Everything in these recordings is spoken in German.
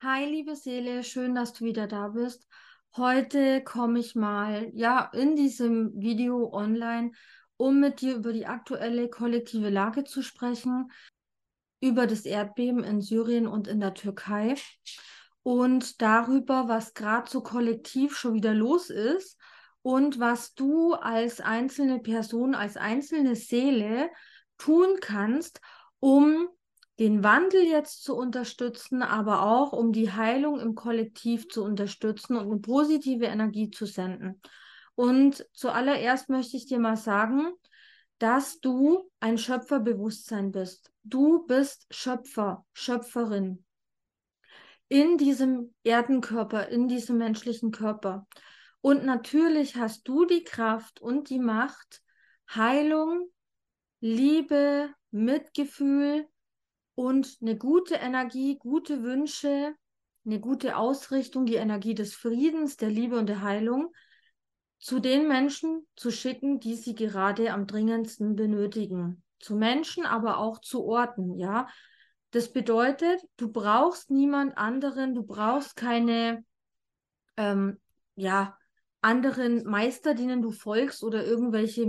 Hi, liebe Seele, schön, dass du wieder da bist. Heute komme ich mal, in diesem Video online, um mit dir über die aktuelle kollektive Lage zu sprechen, über das Erdbeben in Syrien und in der Türkei und darüber, was gerade so kollektiv schon wieder los ist und was du als einzelne Person, als einzelne Seele tun kannst, um den Wandel jetzt zu unterstützen, aber auch um die Heilung im Kollektiv zu unterstützen und eine positive Energie zu senden. Und zuallererst möchte ich dir mal sagen, dass du ein Schöpferbewusstsein bist. Du bist Schöpfer, Schöpferin in diesem Erdenkörper, in diesem menschlichen Körper. Und natürlich hast du die Kraft und die Macht, Heilung, Liebe, Mitgefühl und eine gute Energie, gute Wünsche, eine gute Ausrichtung, die Energie des Friedens, der Liebe und der Heilung zu den Menschen zu schicken, die sie gerade am dringendsten benötigen. Zu Menschen, aber auch zu Orten, ja. Das bedeutet, du brauchst niemand anderen, du brauchst keine, ähm, ja, anderen Meister, denen du folgst oder irgendwelche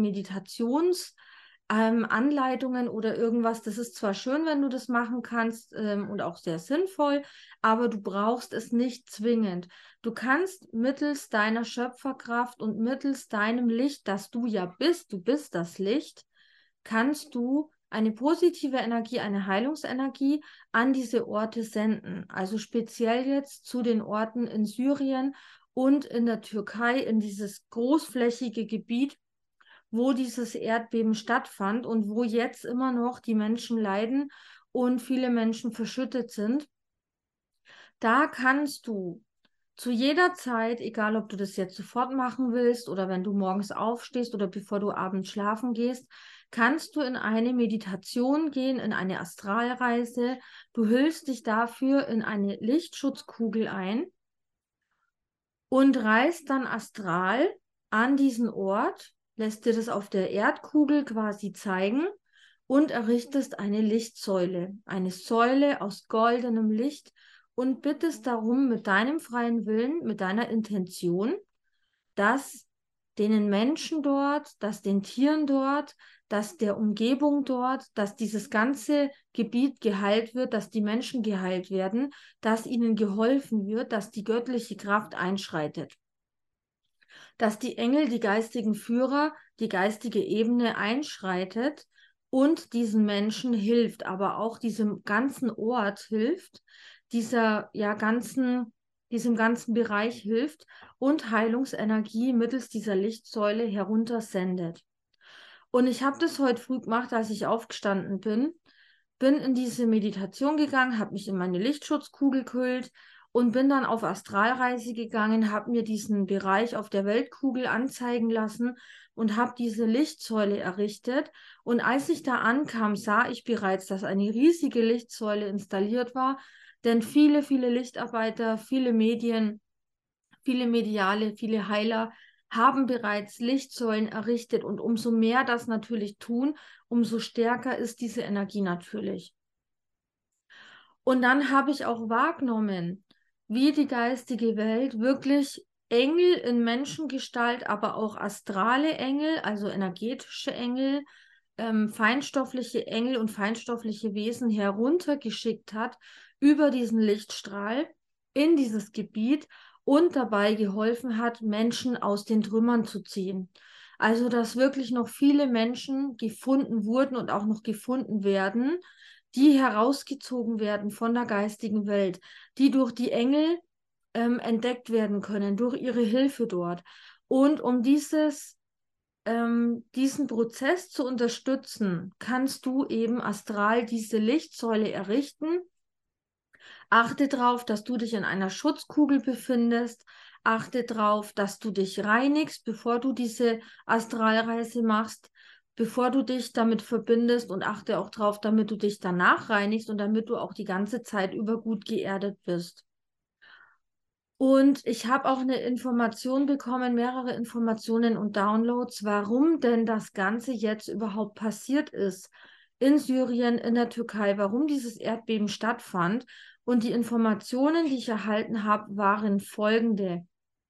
Anleitungen oder irgendwas. Das ist zwar schön, wenn du das machen kannst, und auch sehr sinnvoll, aber du brauchst es nicht zwingend. Du kannst mittels deiner Schöpferkraft und mittels deinem Licht, das du ja bist, du bist das Licht, kannst du eine positive Energie, eine Heilungsenergie an diese Orte senden. Also speziell jetzt zu den Orten in Syrien und in der Türkei, in dieses großflächige Gebiet, wo dieses Erdbeben stattfand und wo jetzt immer noch die Menschen leiden und viele Menschen verschüttet sind. Da kannst du zu jeder Zeit, egal ob du das jetzt sofort machen willst oder wenn du morgens aufstehst oder bevor du abends schlafen gehst, kannst du in eine Meditation gehen, in eine Astralreise. Du hüllst dich dafür in eine Lichtschutzkugel ein und reist dann astral an diesen Ort, lässt dir das auf der Erdkugel quasi zeigen und errichtest eine Lichtsäule, eine Säule aus goldenem Licht und bittest darum mit deinem freien Willen, mit deiner Intention, dass den Menschen dort, dass den Tieren dort, dass der Umgebung dort, dass dieses ganze Gebiet geheilt wird, dass die Menschen geheilt werden, dass ihnen geholfen wird, dass die göttliche Kraft einschreitet, dass die Engel, die geistigen Führer, die geistige Ebene einschreitet und diesen Menschen hilft, aber auch diesem ganzen Ort hilft, diesem ganzen Bereich hilft und Heilungsenergie mittels dieser Lichtsäule heruntersendet. Und ich habe das heute früh gemacht, als ich aufgestanden bin in diese Meditation gegangen, habe mich in meine Lichtschutzkugel gehüllt und bin dann auf Astralreise gegangen, habe mir diesen Bereich auf der Weltkugel anzeigen lassen und habe diese Lichtsäule errichtet. Und als ich da ankam, sah ich bereits, dass eine riesige Lichtsäule installiert war, denn viele, viele Lichtarbeiter, viele Medien, viele Mediale, viele Heiler haben bereits Lichtsäulen errichtet und umso mehr das natürlich tun, umso stärker ist diese Energie natürlich. Und dann habe ich auch wahrgenommen, wie die geistige Welt wirklich Engel in Menschengestalt, aber auch astrale Engel, also energetische Engel, feinstoffliche Engel und feinstoffliche Wesen heruntergeschickt hat über diesen Lichtstrahl in dieses Gebiet und dabei geholfen hat, Menschen aus den Trümmern zu ziehen. Also, dass wirklich noch viele Menschen gefunden wurden und auch noch gefunden werden, die herausgezogen werden von der geistigen Welt, die durch die Engel entdeckt werden können, durch ihre Hilfe dort. Und um diesen Prozess zu unterstützen, kannst du eben astral diese Lichtsäule errichten. Achte darauf, dass du dich in einer Schutzkugel befindest. Achte darauf, dass du dich reinigst, bevor du diese Astralreise machst, bevor du dich damit verbindest und achte auch darauf, damit du dich danach reinigst und damit du auch die ganze Zeit über gut geerdet bist. Und ich habe auch eine Information bekommen, mehrere Informationen und Downloads, warum denn das Ganze jetzt überhaupt passiert ist in Syrien, in der Türkei, warum dieses Erdbeben stattfand. Und die Informationen, die ich erhalten habe, waren folgende.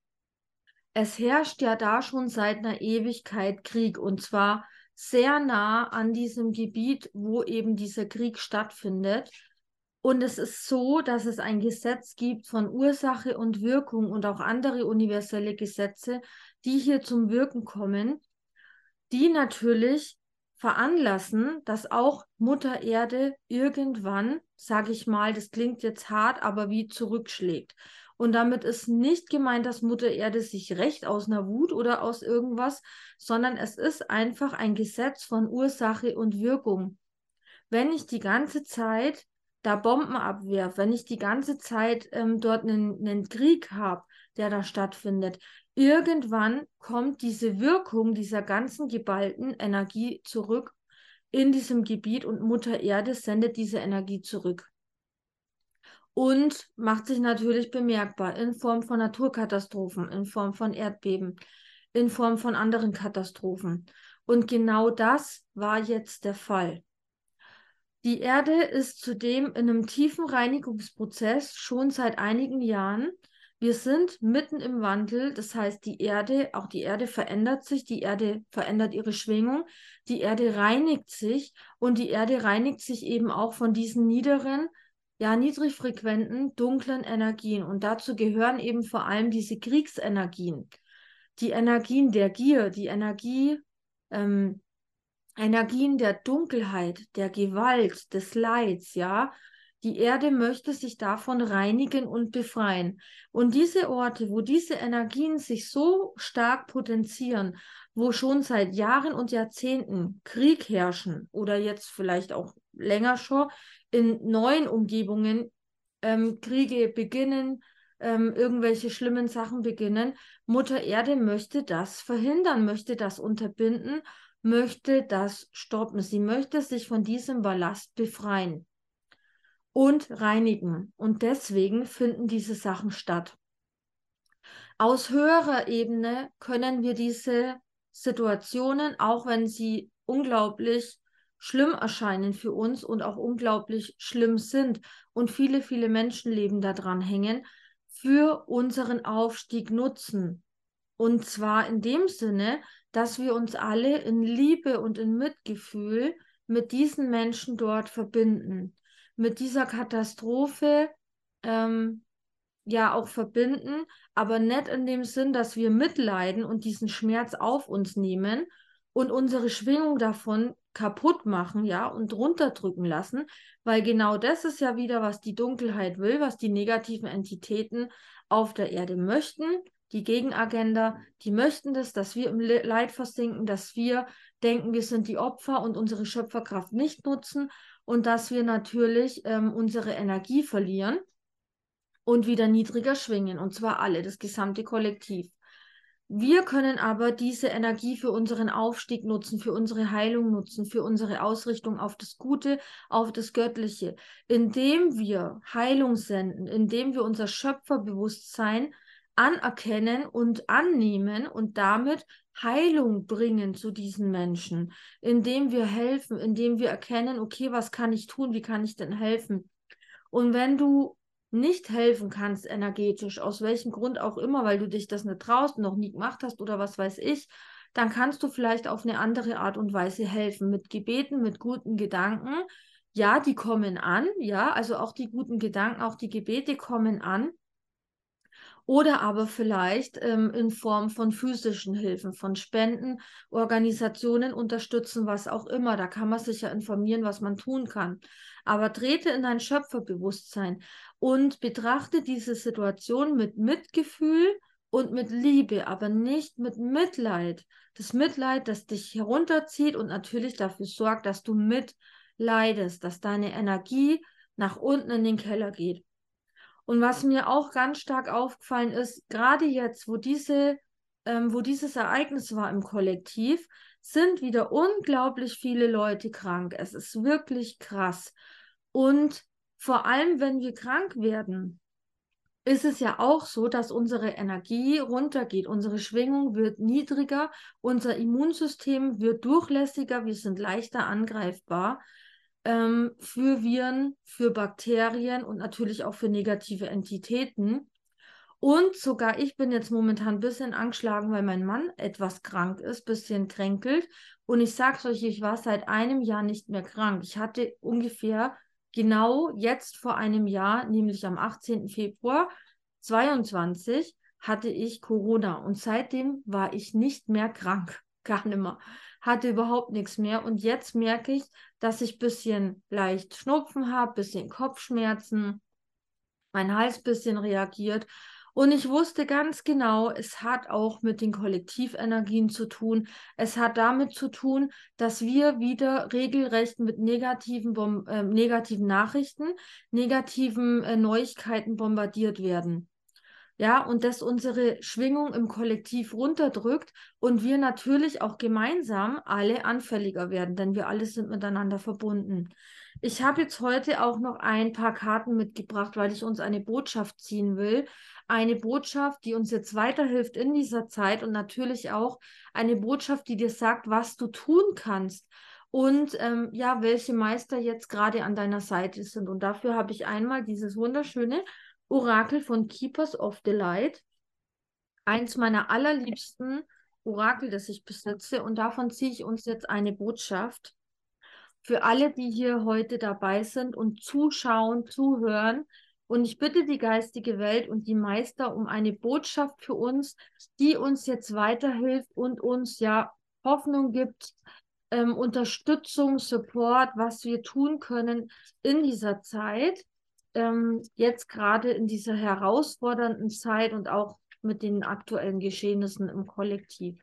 Es herrscht ja da schon seit einer Ewigkeit Krieg, und zwar sehr nah an diesem Gebiet, wo eben dieser Krieg stattfindet. Und es ist so, dass es ein Gesetz gibt von Ursache und Wirkung und auch andere universelle Gesetze, die hier zum Wirken kommen, die natürlich veranlassen, dass auch Mutter Erde irgendwann, sage ich mal, das klingt jetzt hart, aber wie zurückschlägt. Und damit ist nicht gemeint, dass Mutter Erde sich rächt aus einer Wut oder aus irgendwas, sondern es ist einfach ein Gesetz von Ursache und Wirkung. Wenn ich die ganze Zeit da Bomben abwerfe, wenn ich die ganze Zeit dort einen Krieg habe, der da stattfindet, irgendwann kommt diese Wirkung dieser ganzen geballten Energie zurück in diesem Gebiet und Mutter Erde sendet diese Energie zurück und macht sich natürlich bemerkbar in Form von Naturkatastrophen, in Form von Erdbeben, in Form von anderen Katastrophen. Und genau das war jetzt der Fall. Die Erde ist zudem in einem tiefen Reinigungsprozess schon seit einigen Jahren. Wir sind mitten im Wandel, das heißt, auch die Erde verändert sich, die Erde verändert ihre Schwingung, die Erde reinigt sich und die Erde reinigt sich eben auch von diesen niederen, ja, niedrigfrequenten, dunklen Energien. Und dazu gehören eben vor allem diese Kriegsenergien, die Energien der Gier, die ähm, Energien der Dunkelheit, der Gewalt, des Leids, ja. Die Erde möchte sich davon reinigen und befreien. Und diese Orte, wo diese Energien sich so stark potenzieren, wo schon seit Jahren und Jahrzehnten Krieg herrschen oder jetzt vielleicht auch länger schon in neuen Umgebungen Kriege beginnen, irgendwelche schlimmen Sachen beginnen, Mutter Erde möchte das verhindern, möchte das unterbinden, möchte das stoppen. Sie möchte sich von diesem Ballast befreien und reinigen. Und deswegen finden diese Sachen statt. Aus höherer Ebene können wir diese Situationen, auch wenn sie unglaublich schlimm erscheinen für uns und auch unglaublich schlimm sind und viele, viele Menschenleben daran hängen, für unseren Aufstieg nutzen. Und zwar in dem Sinne, dass wir uns alle in Liebe und in Mitgefühl mit diesen Menschen dort verbinden, mit dieser Katastrophe ja auch verbinden, aber nicht in dem Sinn, dass wir mitleiden und diesen Schmerz auf uns nehmen und unsere Schwingung davon kaputt machen, ja, und runterdrücken lassen, weil genau das ist ja wieder, was die Dunkelheit will, was die negativen Entitäten auf der Erde möchten. Die Gegenagenda, die möchten das, dass wir im Leid versinken, dass wir denken, wir sind die Opfer und unsere Schöpferkraft nicht nutzen und dass wir natürlich unsere Energie verlieren und wieder niedriger schwingen, und zwar alle, das gesamte Kollektiv. Wir können aber diese Energie für unseren Aufstieg nutzen, für unsere Heilung nutzen, für unsere Ausrichtung auf das Gute, auf das Göttliche, indem wir Heilung senden, indem wir unser Schöpferbewusstsein anerkennen und annehmen und damit Heilung bringen zu diesen Menschen, indem wir helfen, indem wir erkennen, okay, was kann ich tun, wie kann ich denn helfen? Und wenn du nicht helfen kannst energetisch, aus welchem Grund auch immer, weil du dich das nicht traust, noch nie gemacht hast oder was weiß ich, dann kannst du vielleicht auf eine andere Art und Weise helfen, mit Gebeten, mit guten Gedanken. Ja, die kommen an, ja, also auch die guten Gedanken, auch die Gebete kommen an. Oder aber vielleicht in Form von physischen Hilfen, von Spenden, Organisationen unterstützen, was auch immer. Da kann man sich ja informieren, was man tun kann. Aber trete in dein Schöpferbewusstsein und betrachte diese Situation mit Mitgefühl und mit Liebe, aber nicht mit Mitleid. Das Mitleid, das dich herunterzieht und natürlich dafür sorgt, dass du mitleidest, dass deine Energie nach unten in den Keller geht. Und was mir auch ganz stark aufgefallen ist, gerade jetzt, wo dieses Ereignis war im Kollektiv, sind wieder unglaublich viele Leute krank. Es ist wirklich krass. Und vor allem, wenn wir krank werden, ist es ja auch so, dass unsere Energie runtergeht. Unsere Schwingung wird niedriger, unser Immunsystem wird durchlässiger, wir sind leichter angreifbar. für Viren, für Bakterien und natürlich auch für negative Entitäten. Und sogar ich bin jetzt momentan ein bisschen angeschlagen, weil mein Mann etwas krank ist, bisschen kränkelt. Und ich sag's euch, ich war seit einem Jahr nicht mehr krank. Ich hatte ungefähr genau jetzt vor einem Jahr, nämlich am 18. Februar 22, hatte ich Corona. Und seitdem war ich nicht mehr krank. Gar nicht mehr. Hatte überhaupt nichts mehr. Und jetzt merke ich, dass ich ein bisschen leicht Schnupfen habe, bisschen Kopfschmerzen, mein Hals ein bisschen reagiert. Und ich wusste ganz genau, es hat auch mit den Kollektivenergien zu tun. Es hat damit zu tun, dass wir wieder regelrecht mit negativen Nachrichten, negativen Neuigkeiten bombardiert werden. Ja, und dass unsere Schwingung im Kollektiv runterdrückt und wir natürlich auch gemeinsam alle anfälliger werden, denn wir alle sind miteinander verbunden. Ich habe jetzt heute auch noch ein paar Karten mitgebracht, weil ich uns eine Botschaft ziehen will. Eine Botschaft, die uns jetzt weiterhilft in dieser Zeit und natürlich auch eine Botschaft, die dir sagt, was du tun kannst und ja, welche Meister jetzt gerade an deiner Seite sind. Und dafür habe ich einmal dieses wunderschöne Orakel von Keepers of the Light. Eins meiner allerliebsten Orakel, das ich besitze. Und davon ziehe ich uns jetzt eine Botschaft für alle, die hier heute dabei sind und zuschauen, zuhören. Und ich bitte die geistige Welt und die Meister um eine Botschaft für uns, die uns jetzt weiterhilft und uns ja Hoffnung gibt, Unterstützung, Support, was wir tun können in dieser Zeit, jetzt gerade in dieser herausfordernden Zeit und auch mit den aktuellen Geschehnissen im Kollektiv.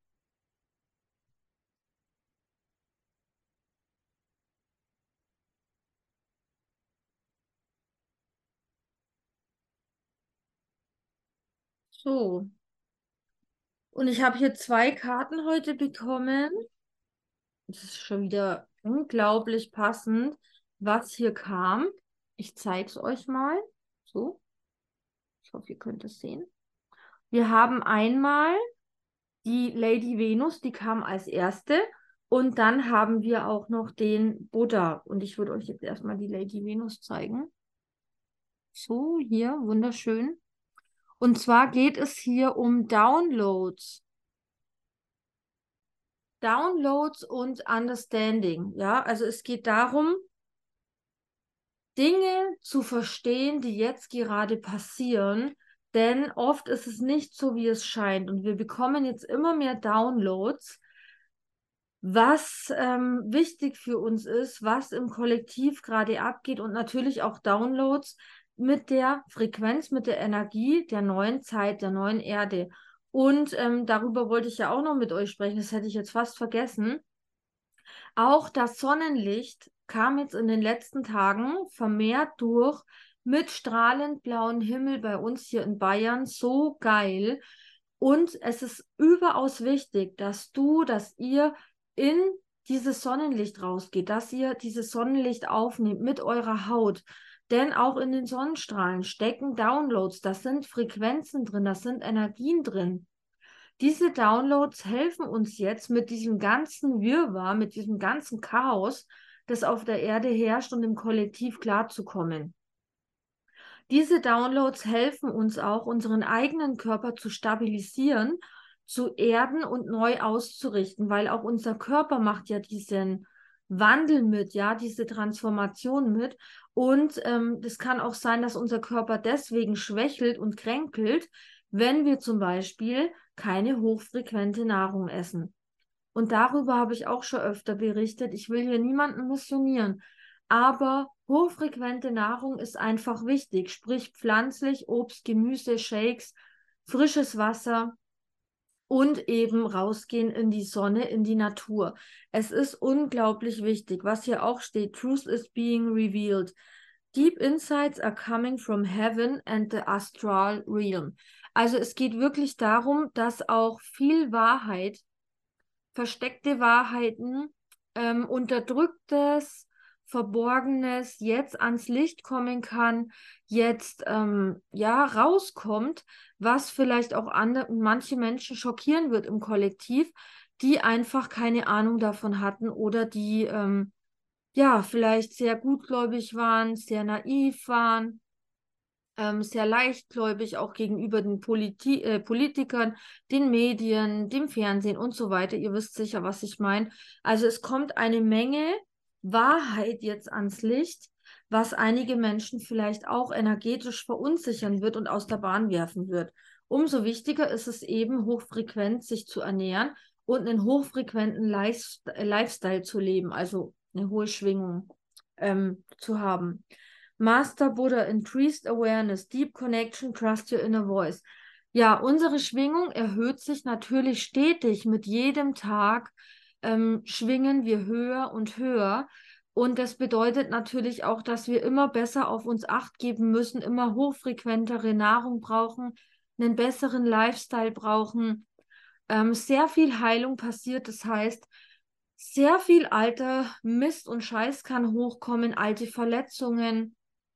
So, und ich habe hier zwei Karten heute bekommen. Das ist schon wieder unglaublich passend, was hier kam. Ich zeige es euch mal. So, ich hoffe, ihr könnt es sehen. Wir haben einmal die Lady Venus, die kam als erste. Und dann haben wir auch noch den Buddha. Und ich würde euch jetzt erstmal die Lady Venus zeigen. So, hier, wunderschön. Und zwar geht es hier um Downloads. Downloads und Understanding. Ja, also es geht darum, Dinge zu verstehen, die jetzt gerade passieren. Denn oft ist es nicht so, wie es scheint. Und wir bekommen jetzt immer mehr Downloads, was wichtig für uns ist, was im Kollektiv gerade abgeht und natürlich auch Downloads mit der Frequenz, mit der Energie der neuen Zeit, der neuen Erde. Und darüber wollte ich ja auch noch mit euch sprechen, das hätte ich jetzt fast vergessen. Auch das Sonnenlicht kam jetzt in den letzten Tagen vermehrt durch mit strahlend blauen Himmel bei uns hier in Bayern. So geil. Und es ist überaus wichtig, dass ihr in dieses Sonnenlicht rausgeht, dass ihr dieses Sonnenlicht aufnehmt mit eurer Haut. Denn auch in den Sonnenstrahlen stecken Downloads, das sind Frequenzen drin, das sind Energien drin. Diese Downloads helfen uns jetzt mit diesem ganzen Wirrwarr, mit diesem ganzen Chaos, das auf der Erde herrscht und im Kollektiv klarzukommen. Diese Downloads helfen uns auch, unseren eigenen Körper zu stabilisieren, zu erden und neu auszurichten, weil auch unser Körper macht ja diesen Wandel mit, ja, diese Transformation mit. Und das kann auch sein, dass unser Körper deswegen schwächelt und kränkelt, wenn wir zum Beispiel keine hochfrequente Nahrung essen. Und darüber habe ich auch schon öfter berichtet. Ich will hier niemanden missionieren. Aber hochfrequente Nahrung ist einfach wichtig. Sprich pflanzlich, Obst, Gemüse, Shakes, frisches Wasser und eben rausgehen in die Sonne, in die Natur. Es ist unglaublich wichtig. Was hier auch steht, Truth is being revealed. Deep insights are coming from heaven and the astral realm. Also es geht wirklich darum, dass auch viel Wahrheit, versteckte Wahrheiten, unterdrücktes, Verborgenes jetzt ans Licht kommen kann, jetzt ja rauskommt, was vielleicht auch andere, manche Menschen schockieren wird im Kollektiv, die einfach keine Ahnung davon hatten oder die ja, vielleicht sehr gutgläubig waren, sehr naiv waren, sehr leichtgläubig auch gegenüber den Politikern, den Medien, dem Fernsehen und so weiter. Ihr wisst sicher, was ich meine. Also es kommt eine Menge Wahrheit jetzt ans Licht, was einige Menschen vielleicht auch energetisch verunsichern wird und aus der Bahn werfen wird. Umso wichtiger ist es eben, hochfrequent sich zu ernähren und einen hochfrequenten Lifestyle zu leben, also eine hohe Schwingung zu haben. Master Buddha increased awareness, deep connection, trust your inner voice. Ja, unsere Schwingung erhöht sich natürlich stetig. Mit jedem Tag schwingen wir höher und höher. Und das bedeutet natürlich auch, dass wir immer besser auf uns Acht geben müssen, immer hochfrequentere Nahrung brauchen, einen besseren Lifestyle brauchen. Sehr viel Heilung passiert. Das heißt, sehr viel alter Mist und Scheiß kann hochkommen, alte Verletzungen,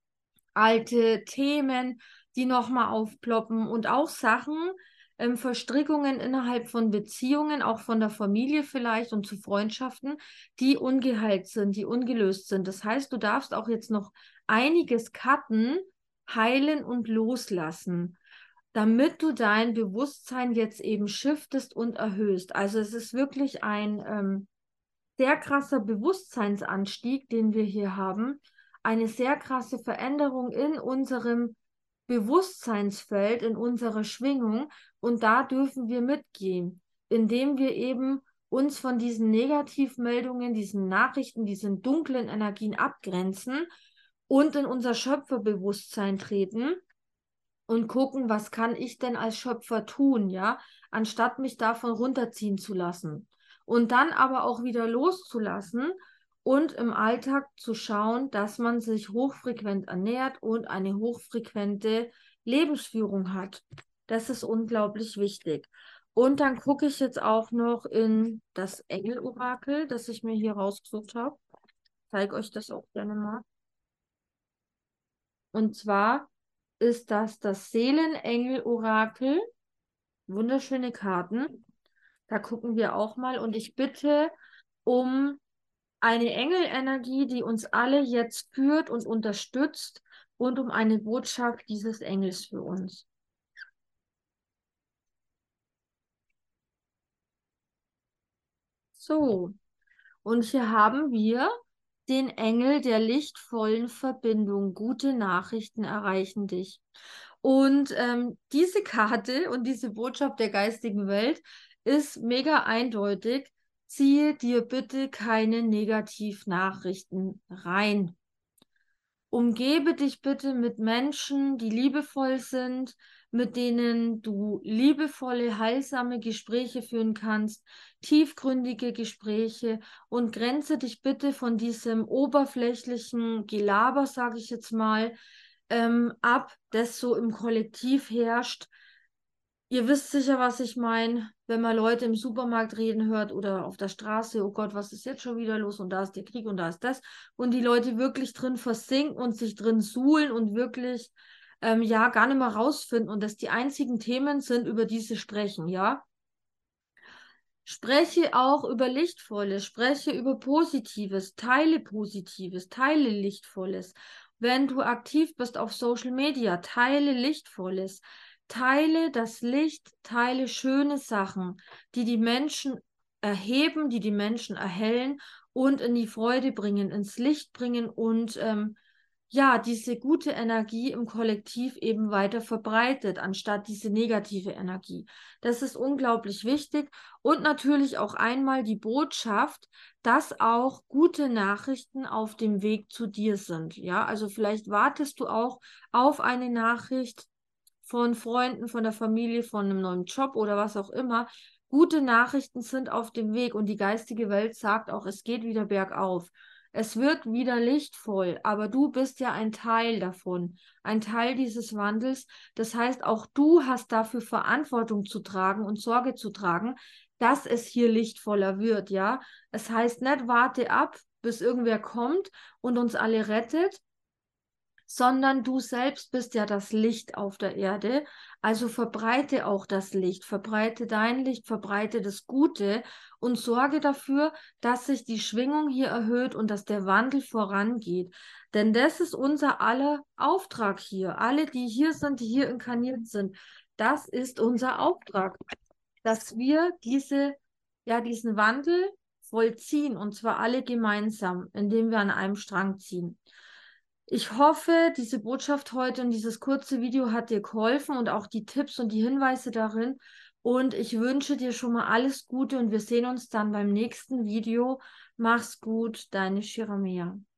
alte Themen, die nochmal aufploppen und auch Sachen, Verstrickungen innerhalb von Beziehungen, auch von der Familie vielleicht und zu Freundschaften, die ungeheilt sind, die ungelöst sind. Das heißt, du darfst auch jetzt noch einiges cutten, heilen und loslassen, damit du dein Bewusstsein jetzt eben shiftest und erhöhst. Also es ist wirklich ein sehr krasser Bewusstseinsanstieg, den wir hier haben, eine sehr krasse Veränderung in unserem Bewusstseinsfeld, in unserer Schwingung. Und da dürfen wir mitgehen, indem wir eben uns von diesen Negativmeldungen, diesen Nachrichten, diesen dunklen Energien abgrenzen und in unser Schöpferbewusstsein treten und gucken, was kann ich denn als Schöpfer tun, ja, anstatt mich davon runterziehen zu lassen. Und dann aber auch wieder loszulassen und im Alltag zu schauen, dass man sich hochfrequent ernährt und eine hochfrequente Lebensführung hat. Das ist unglaublich wichtig. Und dann gucke ich jetzt auch noch in das Engelorakel, das ich mir hier rausgesucht habe. Zeige euch das auch gerne mal. Und zwar ist das Seelenengel-Orakel. Wunderschöne Karten. Da gucken wir auch mal. Und ich bitte um eine Engelenergie, die uns alle jetzt führt und unterstützt und um eine Botschaft dieses Engels für uns. So, und hier haben wir den Engel der lichtvollen Verbindung. Gute Nachrichten erreichen dich. Und diese Karte und diese Botschaft der geistigen Welt ist mega eindeutig. Ziehe dir bitte keine Negativnachrichten rein. Umgebe dich bitte mit Menschen, die liebevoll sind, mit denen du liebevolle, heilsame Gespräche führen kannst, tiefgründige Gespräche und grenze dich bitte von diesem oberflächlichen Gelaber, sage ich jetzt mal, ab, das so im Kollektiv herrscht. Ihr wisst sicher, was ich meine, wenn man Leute im Supermarkt reden hört oder auf der Straße, oh Gott, was ist jetzt schon wieder los? Und da ist der Krieg und da ist das. Und die Leute wirklich drin versinken und sich drin suhlen und wirklich ja gar nicht mehr rausfinden und das die einzigen Themen sind, über die sie sprechen, ja. Spreche auch über Lichtvolles, spreche über Positives, teile Lichtvolles. Wenn du aktiv bist auf Social Media, teile Lichtvolles, teile das Licht, teile schöne Sachen, die die Menschen erheben, die die Menschen erhellen und in die Freude bringen, ins Licht bringen und ja, diese gute Energie im Kollektiv eben weiter verbreitet, anstatt diese negative Energie. Das ist unglaublich wichtig. Und natürlich auch einmal die Botschaft, dass auch gute Nachrichten auf dem Weg zu dir sind. Ja, also vielleicht wartest du auch auf eine Nachricht von Freunden, von der Familie, von einem neuen Job oder was auch immer. Gute Nachrichten sind auf dem Weg und die geistige Welt sagt auch, es geht wieder bergauf. Es wird wieder lichtvoll, aber du bist ja ein Teil davon, ein Teil dieses Wandels. Das heißt, auch du hast dafür Verantwortung zu tragen und Sorge zu tragen, dass es hier lichtvoller wird, ja. Es heißt nicht, warte ab, bis irgendwer kommt und uns alle rettet, sondern du selbst bist ja das Licht auf der Erde. Also verbreite auch das Licht, verbreite dein Licht, verbreite das Gute und sorge dafür, dass sich die Schwingung hier erhöht und dass der Wandel vorangeht. Denn das ist unser aller Auftrag hier. Alle, die hier sind, die hier inkarniert sind, das ist unser Auftrag, dass wir diesen Wandel vollziehen und zwar alle gemeinsam, indem wir an einem Strang ziehen. Ich hoffe, diese Botschaft heute und dieses kurze Video hat dir geholfen und auch die Tipps und die Hinweise darin. Und ich wünsche dir schon mal alles Gute und wir sehen uns dann beim nächsten Video. Mach's gut, deine Shiramea.